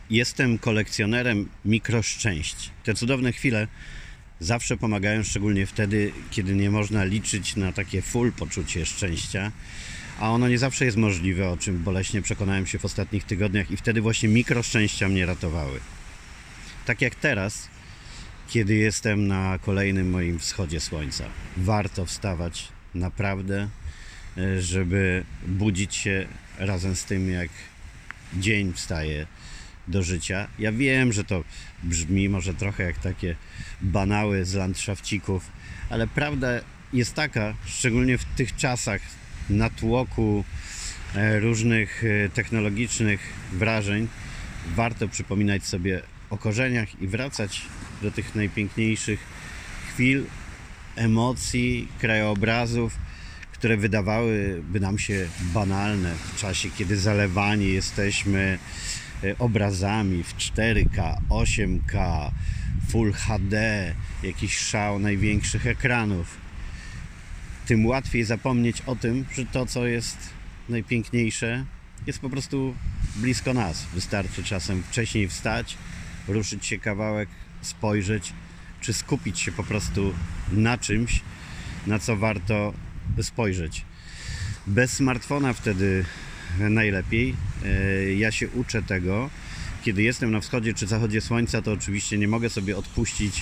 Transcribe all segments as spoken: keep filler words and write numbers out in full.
Jestem kolekcjonerem mikroszczęść. Te cudowne chwile zawsze pomagają, szczególnie wtedy, kiedy nie można liczyć na takie full poczucie szczęścia, a ono nie zawsze jest możliwe, o czym boleśnie przekonałem się w ostatnich tygodniach i wtedy właśnie mikroszczęścia mnie ratowały. Tak jak teraz, kiedy jestem na kolejnym moim wschodzie słońca. Warto wstawać naprawdę, żeby budzić się razem z tym, jak dzień wstaje do życia. Ja wiem, że to brzmi może trochę jak takie banały z landszafcików, ale prawda jest taka, szczególnie w tych czasach natłoku różnych technologicznych wrażeń, warto przypominać sobie o korzeniach i wracać do tych najpiękniejszych chwil, emocji, krajobrazów, które wydawałyby nam się banalne w czasie, kiedy zalewani jesteśmy obrazami w cztery K, osiem K, Full H D, jakiś szał największych ekranów. Tym łatwiej zapomnieć o tym, że to, co jest najpiękniejsze, jest po prostu blisko nas. Wystarczy czasem wcześniej wstać, ruszyć się kawałek, spojrzeć, czy skupić się po prostu na czymś, na co warto spojrzeć. Bez smartfona wtedy najlepiej. Ja się uczę tego. Kiedy jestem na wschodzie czy zachodzie słońca, to oczywiście nie mogę sobie odpuścić,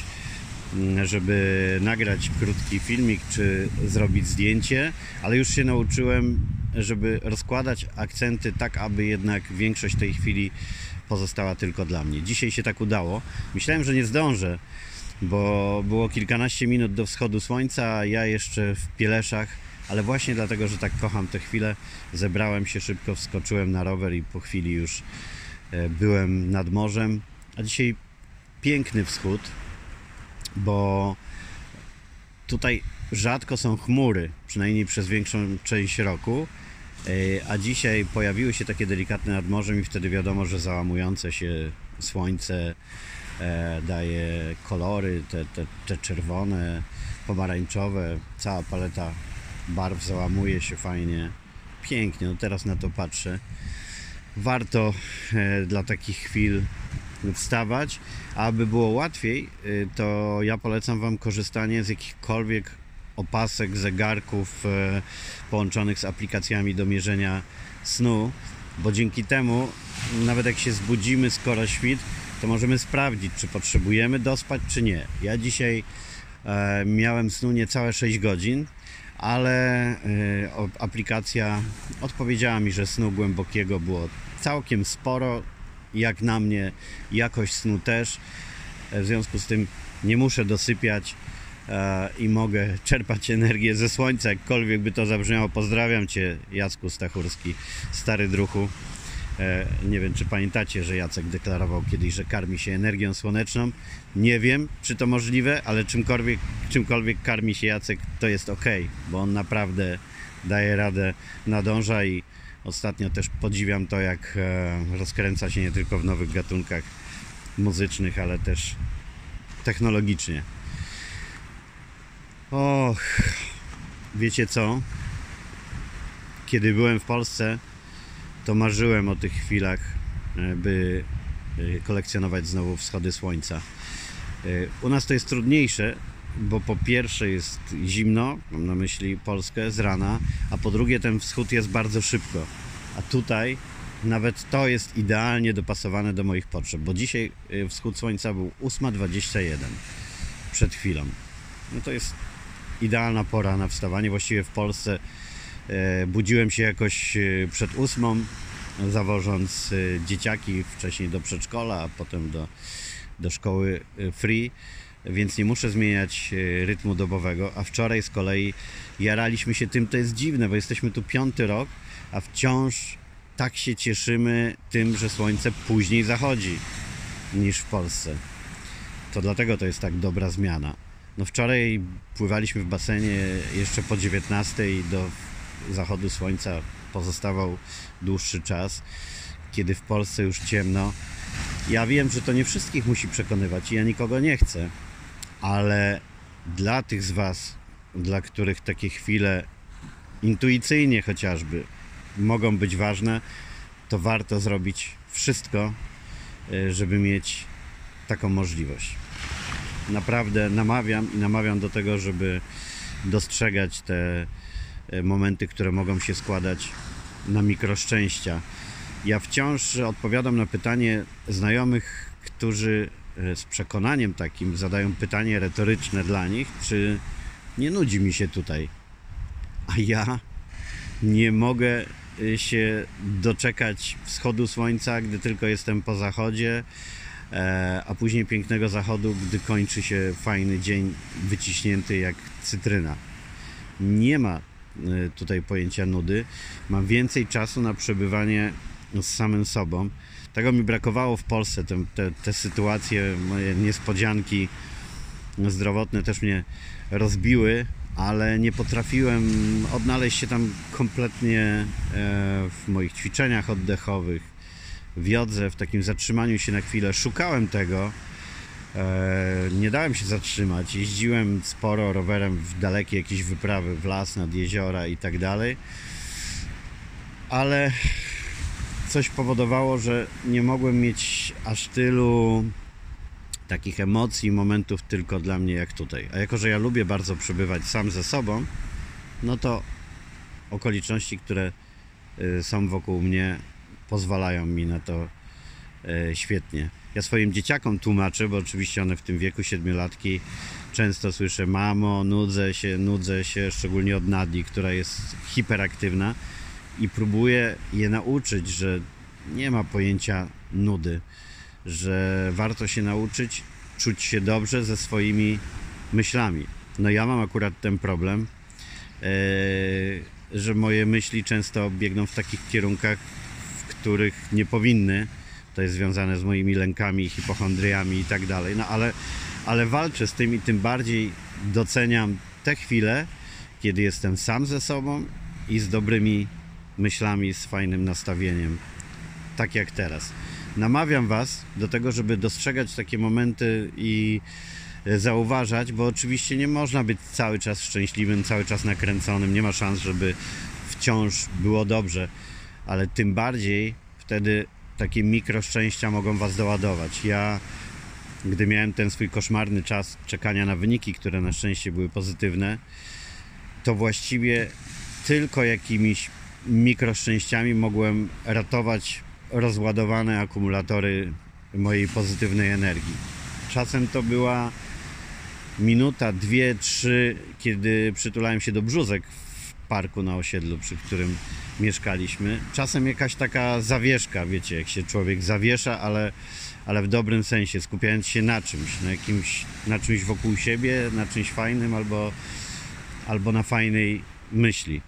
żeby nagrać krótki filmik czy zrobić zdjęcie, ale już się nauczyłem, żeby rozkładać akcenty tak, aby jednak większość tej chwili pozostała tylko dla mnie. Dzisiaj się tak udało. Myślałem, że nie zdążę, bo było kilkanaście minut do wschodu słońca, a ja jeszcze w Pieleszach, ale właśnie dlatego, że tak kocham tę chwilę, zebrałem się szybko, wskoczyłem na rower i po chwili już byłem nad morzem. A dzisiaj piękny wschód, bo tutaj rzadko są chmury, przynajmniej przez większą część roku, a dzisiaj pojawiły się takie delikatne nad morzem i wtedy wiadomo, że załamujące się słońce daje kolory, te, te, te czerwone, pomarańczowe, cała paleta barw załamuje się fajnie, pięknie, no teraz na to patrzę. Warto dla takich chwil wstawać, a aby było łatwiej, to ja polecam Wam korzystanie z jakichkolwiek opasek, zegarków połączonych z aplikacjami do mierzenia snu, bo dzięki temu, nawet jak się zbudzimy skoro świt, to możemy sprawdzić, czy potrzebujemy dospać, czy nie. Ja dzisiaj e, miałem snu niecałe sześć godzin, ale e, aplikacja odpowiedziała mi, że snu głębokiego było całkiem sporo, jak na mnie jakość snu też. W związku z tym nie muszę dosypiać e, i mogę czerpać energię ze słońca, jakkolwiek by to zabrzmiało. Pozdrawiam Cię, Jacku Stachurski, stary druhu. Nie wiem, czy pamiętacie, że Jacek deklarował kiedyś, że karmi się energią słoneczną. Nie wiem, czy to możliwe, ale czymkolwiek, czymkolwiek karmi się Jacek, to jest ok, bo on naprawdę daje radę, nadąża i ostatnio też podziwiam to, jak rozkręca się nie tylko w nowych gatunkach muzycznych, ale też technologicznie. Och, wiecie co? Kiedy byłem w Polsce, to marzyłem o tych chwilach, by kolekcjonować znowu wschody słońca. U nas to jest trudniejsze, bo po pierwsze jest zimno, mam na myśli Polskę, z rana, a po drugie ten wschód jest bardzo szybko. A tutaj nawet to jest idealnie dopasowane do moich potrzeb, bo dzisiaj wschód słońca był ósma dwadzieścia jeden przed chwilą. No to jest idealna pora na wstawanie. Właściwie w Polsce budziłem się jakoś przed ósmą, zawożąc dzieciaki wcześniej do przedszkola, a potem do, do szkoły free, więc nie muszę zmieniać rytmu dobowego, a wczoraj z kolei jaraliśmy się tym, to jest dziwne, bo jesteśmy tu piąty rok, a wciąż tak się cieszymy tym, że słońce później zachodzi niż w Polsce. To dlatego to jest tak dobra zmiana. No wczoraj pływaliśmy w basenie jeszcze po dziewiętnastej, do zachodu słońca pozostawał dłuższy czas, kiedy w Polsce już ciemno. Ja wiem, że to nie wszystkich musi przekonywać i ja nikogo nie chcę, ale dla tych z Was, dla których takie chwile intuicyjnie chociażby mogą być ważne, to warto zrobić wszystko, żeby mieć taką możliwość. Naprawdę namawiam i namawiam do tego, żeby dostrzegać te momenty, które mogą się składać na mikroszczęścia. Ja wciąż odpowiadam na pytanie znajomych, którzy z przekonaniem takim zadają pytanie retoryczne dla nich, czy nie nudzi mi się tutaj. A ja nie mogę się doczekać wschodu słońca, gdy tylko jestem po zachodzie, a później pięknego zachodu, gdy kończy się fajny dzień wyciśnięty jak cytryna. Nie ma tutaj pojęcia nudy. Mam więcej czasu na przebywanie z samym sobą. Tego mi brakowało w Polsce. Te, te, te sytuacje, moje niespodzianki zdrowotne też mnie rozbiły, ale nie potrafiłem odnaleźć się tam kompletnie w moich ćwiczeniach oddechowych, w jodze, w takim zatrzymaniu się na chwilę. Szukałem tego, nie dałem się zatrzymać. Jeździłem sporo rowerem w dalekie jakieś wyprawy, w las, nad jeziora i tak dalej, ale coś powodowało, że nie mogłem mieć aż tylu takich emocji, momentów tylko dla mnie jak tutaj. A jako, że ja lubię bardzo przebywać sam ze sobą, no to okoliczności, które są wokół mnie, pozwalają mi na to świetnie. Ja swoim dzieciakom tłumaczę, bo oczywiście one w tym wieku siedmiolatki często słyszę: mamo, nudzę się, nudzę się, szczególnie od Nadii, która jest hiperaktywna, i próbuję je nauczyć, że nie ma pojęcia nudy, że warto się nauczyć czuć się dobrze ze swoimi myślami. No ja mam akurat ten problem, że moje myśli często biegną w takich kierunkach, w których nie powinny. To jest związane z moimi lękami, hipochondriami i tak dalej. No ale, ale walczę z tym i tym bardziej doceniam te chwile, kiedy jestem sam ze sobą i z dobrymi myślami, z fajnym nastawieniem, tak jak teraz. Namawiam Was do tego, żeby dostrzegać takie momenty i zauważać, bo oczywiście nie można być cały czas szczęśliwym, cały czas nakręconym, nie ma szans, żeby wciąż było dobrze, ale tym bardziej wtedy takie mikroszczęścia mogą Was doładować. Ja, gdy miałem ten swój koszmarny czas czekania na wyniki, które na szczęście były pozytywne, to właściwie tylko jakimiś mikroszczęściami mogłem ratować rozładowane akumulatory mojej pozytywnej energii. Czasem to była minuta, dwie, trzy, kiedy przytulałem się do brzózek w parku na osiedlu, przy którym mieszkaliśmy. Czasem jakaś taka zawieszka, wiecie, jak się człowiek zawiesza, ale, ale w dobrym sensie, skupiając się na czymś, na jakimś, na czymś wokół siebie, na czymś fajnym albo, albo na fajnej myśli.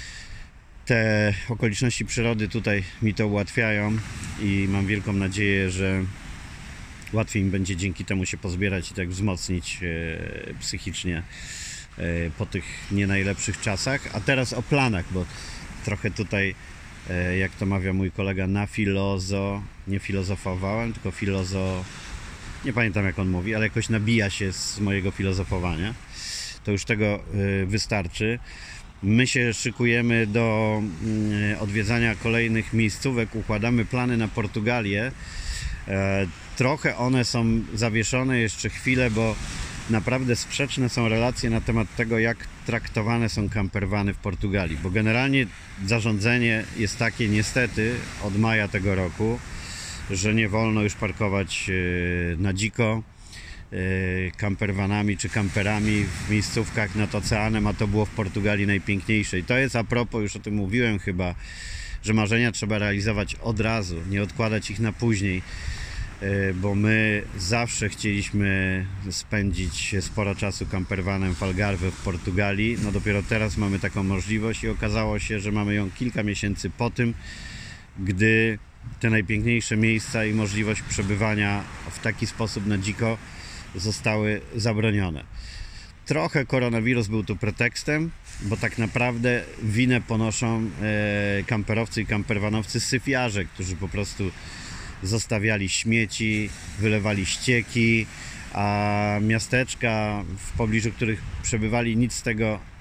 Te okoliczności przyrody tutaj mi to ułatwiają i mam wielką nadzieję, że łatwiej mi będzie dzięki temu się pozbierać i tak wzmocnić e, psychicznie e, po tych nie najlepszych czasach. A teraz o planach, bo trochę tutaj, e, jak to mawia mój kolega, na filozo, nie filozofowałem, tylko filozo, nie pamiętam jak on mówi, ale jakoś nabija się z mojego filozofowania. To już tego e, wystarczy. My się szykujemy do odwiedzania kolejnych miejscówek, układamy plany na Portugalię. Trochę one są zawieszone jeszcze chwilę, bo naprawdę sprzeczne są relacje na temat tego, jak traktowane są campervany w Portugalii. Bo generalnie zarządzenie jest takie niestety od maja tego roku, że nie wolno już parkować na dziko campervanami czy kamperami w miejscówkach nad oceanem, a to było w Portugalii najpiękniejsze. I to jest a propos, już o tym mówiłem chyba, że marzenia trzeba realizować od razu, nie odkładać ich na później, bo my zawsze chcieliśmy spędzić sporo czasu campervanem w Algarve w Portugalii. No dopiero teraz mamy taką możliwość i okazało się, że mamy ją kilka miesięcy po tym, gdy te najpiękniejsze miejsca i możliwość przebywania w taki sposób na dziko zostały zabronione. Trochę koronawirus był tu pretekstem, bo tak naprawdę winę ponoszą e, kamperowcy i kamperwanowcy syfiarze, którzy po prostu zostawiali śmieci, wylewali ścieki, a miasteczka, w pobliżu których przebywali, nic z tego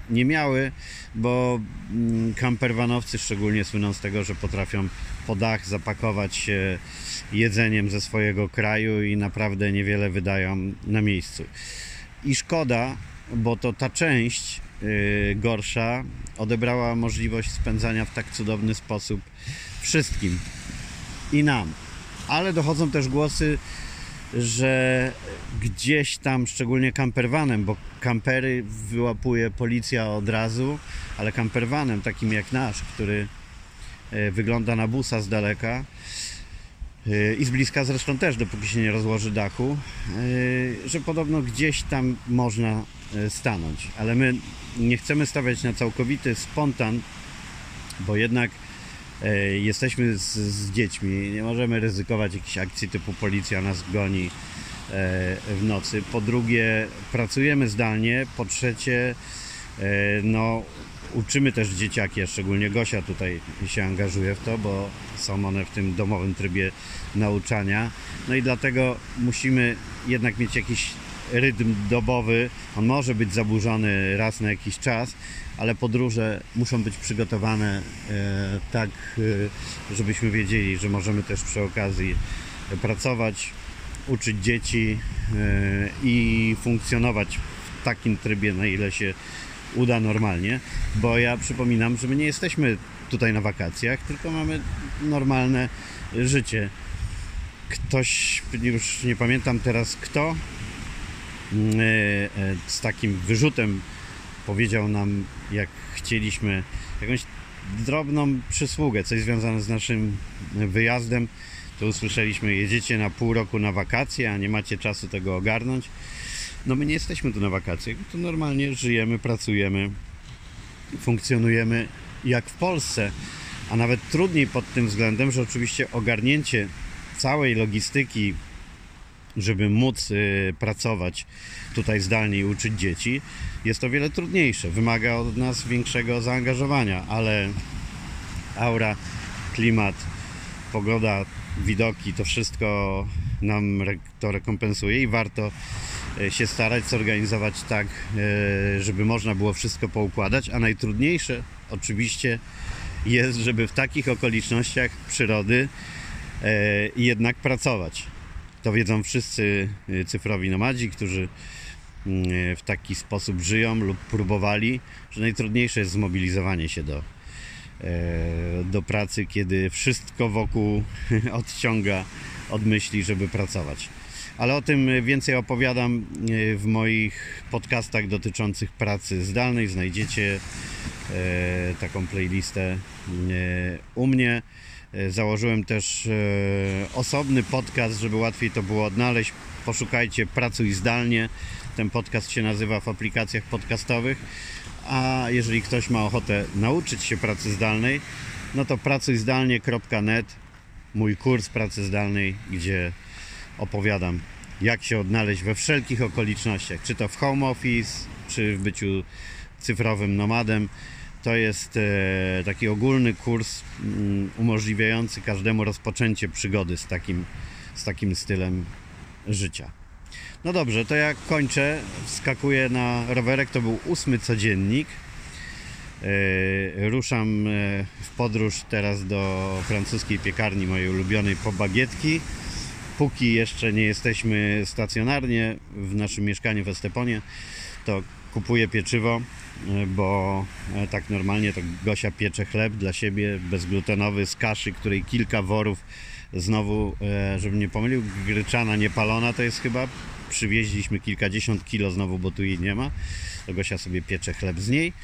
nie miały, bo campervanowcy szczególnie słyną z tego, że potrafią po dach zapakować się jedzeniem ze swojego kraju i naprawdę niewiele wydają na miejscu. I szkoda, bo to ta część yy, gorsza odebrała możliwość spędzania w tak cudowny sposób wszystkim i nam. Ale dochodzą też głosy, że gdzieś tam, szczególnie campervanem, bo kampery wyłapuje policja od razu, ale campervanem takim jak nasz, który wygląda na busa z daleka i z bliska zresztą też, dopóki się nie rozłoży dachu, że podobno gdzieś tam można stanąć. Ale my nie chcemy stawiać na całkowity spontan, bo jednak jesteśmy z, z dziećmi, nie możemy ryzykować jakichś akcji typu policja nas goni w nocy. Po drugie, pracujemy zdalnie. Po trzecie, no, uczymy też dzieciaki, a szczególnie Gosia tutaj się angażuje w to, bo są one w tym domowym trybie nauczania. No i dlatego musimy jednak mieć jakiś rytm dobowy. On może być zaburzony raz na jakiś czas, ale podróże muszą być przygotowane e, tak, e, żebyśmy wiedzieli, że możemy też przy okazji pracować, uczyć dzieci e, i funkcjonować w takim trybie, na ile się uda normalnie, bo ja przypominam, że my nie jesteśmy tutaj na wakacjach, tylko mamy normalne życie. Ktoś, już nie pamiętam teraz kto, z takim wyrzutem powiedział nam, jak chcieliśmy jakąś drobną przysługę, coś związane z naszym wyjazdem, to usłyszeliśmy: jedziecie na pół roku na wakacje, a nie macie czasu tego ogarnąć. No my nie jesteśmy tu na wakacjach, tu normalnie żyjemy, pracujemy, funkcjonujemy jak w Polsce, a nawet trudniej pod tym względem, że oczywiście ogarnięcie całej logistyki, żeby móc y, pracować tutaj zdalnie i uczyć dzieci, jest o wiele trudniejsze. Wymaga od nas większego zaangażowania, ale aura, klimat, pogoda, widoki, to wszystko nam re- to rekompensuje i warto y, się starać, zorganizować tak, y, żeby można było wszystko poukładać, a najtrudniejsze oczywiście jest, żeby w takich okolicznościach przyrody y, jednak pracować. To wiedzą wszyscy cyfrowi nomadzi, którzy w taki sposób żyją lub próbowali, że najtrudniejsze jest zmobilizowanie się do, do pracy, kiedy wszystko wokół odciąga od myśli, żeby pracować. Ale o tym więcej opowiadam w moich podcastach dotyczących pracy zdalnej. Znajdziecie taką playlistę u mnie. Założyłem też osobny podcast, żeby łatwiej to było odnaleźć. Poszukajcie Pracuj zdalnie. Ten podcast się nazywa w aplikacjach podcastowych. A jeżeli ktoś ma ochotę nauczyć się pracy zdalnej, no to pracuj zdalnie kropka net, mój kurs pracy zdalnej, gdzie opowiadam, jak się odnaleźć we wszelkich okolicznościach, czy to w home office, czy w byciu cyfrowym nomadem. To jest e, taki ogólny kurs um, umożliwiający każdemu rozpoczęcie przygody z takim, z takim stylem życia. No dobrze, to ja kończę, wskakuję na rowerek, to był ósmy codziennik. E, ruszam e, w podróż teraz do francuskiej piekarni mojej ulubionej po bagietki. Póki jeszcze nie jesteśmy stacjonarnie w naszym mieszkaniu w Esteponie, to kupuję pieczywo, bo tak normalnie to Gosia piecze chleb dla siebie bezglutenowy z kaszy, której kilka worów znowu, żebym nie pomylił, gryczana niepalona to jest chyba, przywieźliśmy kilkadziesiąt kilo znowu, bo tu jej nie ma, to Gosia sobie piecze chleb z niej,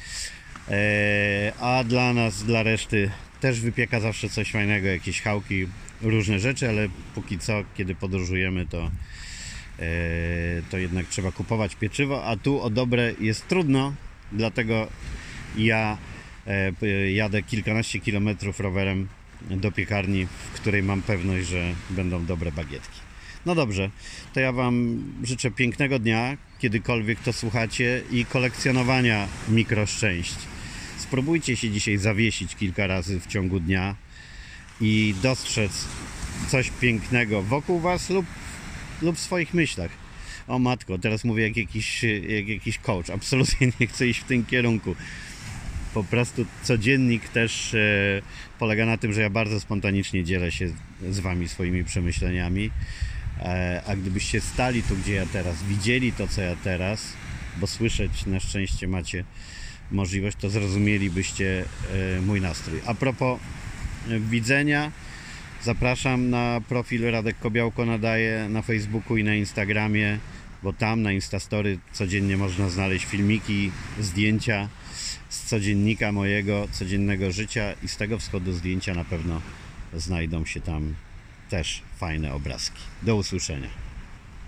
a dla nas, dla reszty też wypieka zawsze coś fajnego, jakieś chałki, różne rzeczy, ale póki co, kiedy podróżujemy, to to jednak trzeba kupować pieczywo, a tu o dobre jest trudno, dlatego ja jadę kilkanaście kilometrów rowerem do piekarni, w której mam pewność, że będą dobre bagietki. No dobrze, to ja Wam życzę pięknego dnia, kiedykolwiek to słuchacie, i kolekcjonowania mikroszczęść. Spróbujcie się dzisiaj zawiesić kilka razy w ciągu dnia i dostrzec coś pięknego wokół Was lub lub w swoich myślach. O matko, teraz mówię jak jakiś, jak jakiś coach. Absolutnie nie chcę iść w tym kierunku. Po prostu codziennik też e, polega na tym, że ja bardzo spontanicznie dzielę się z wami swoimi przemyśleniami. E, a gdybyście stali tu, gdzie ja teraz, widzieli to, co ja teraz, bo słyszeć na szczęście macie możliwość, to zrozumielibyście e, mój nastrój. A propos e, widzenia, zapraszam na profil Radek Kobiałko nadaje na Facebooku i na Instagramie, bo tam na Instastory codziennie można znaleźć filmiki, zdjęcia z codziennika mojego codziennego życia i z tego wschodu zdjęcia na pewno znajdą się tam też fajne obrazki. Do usłyszenia.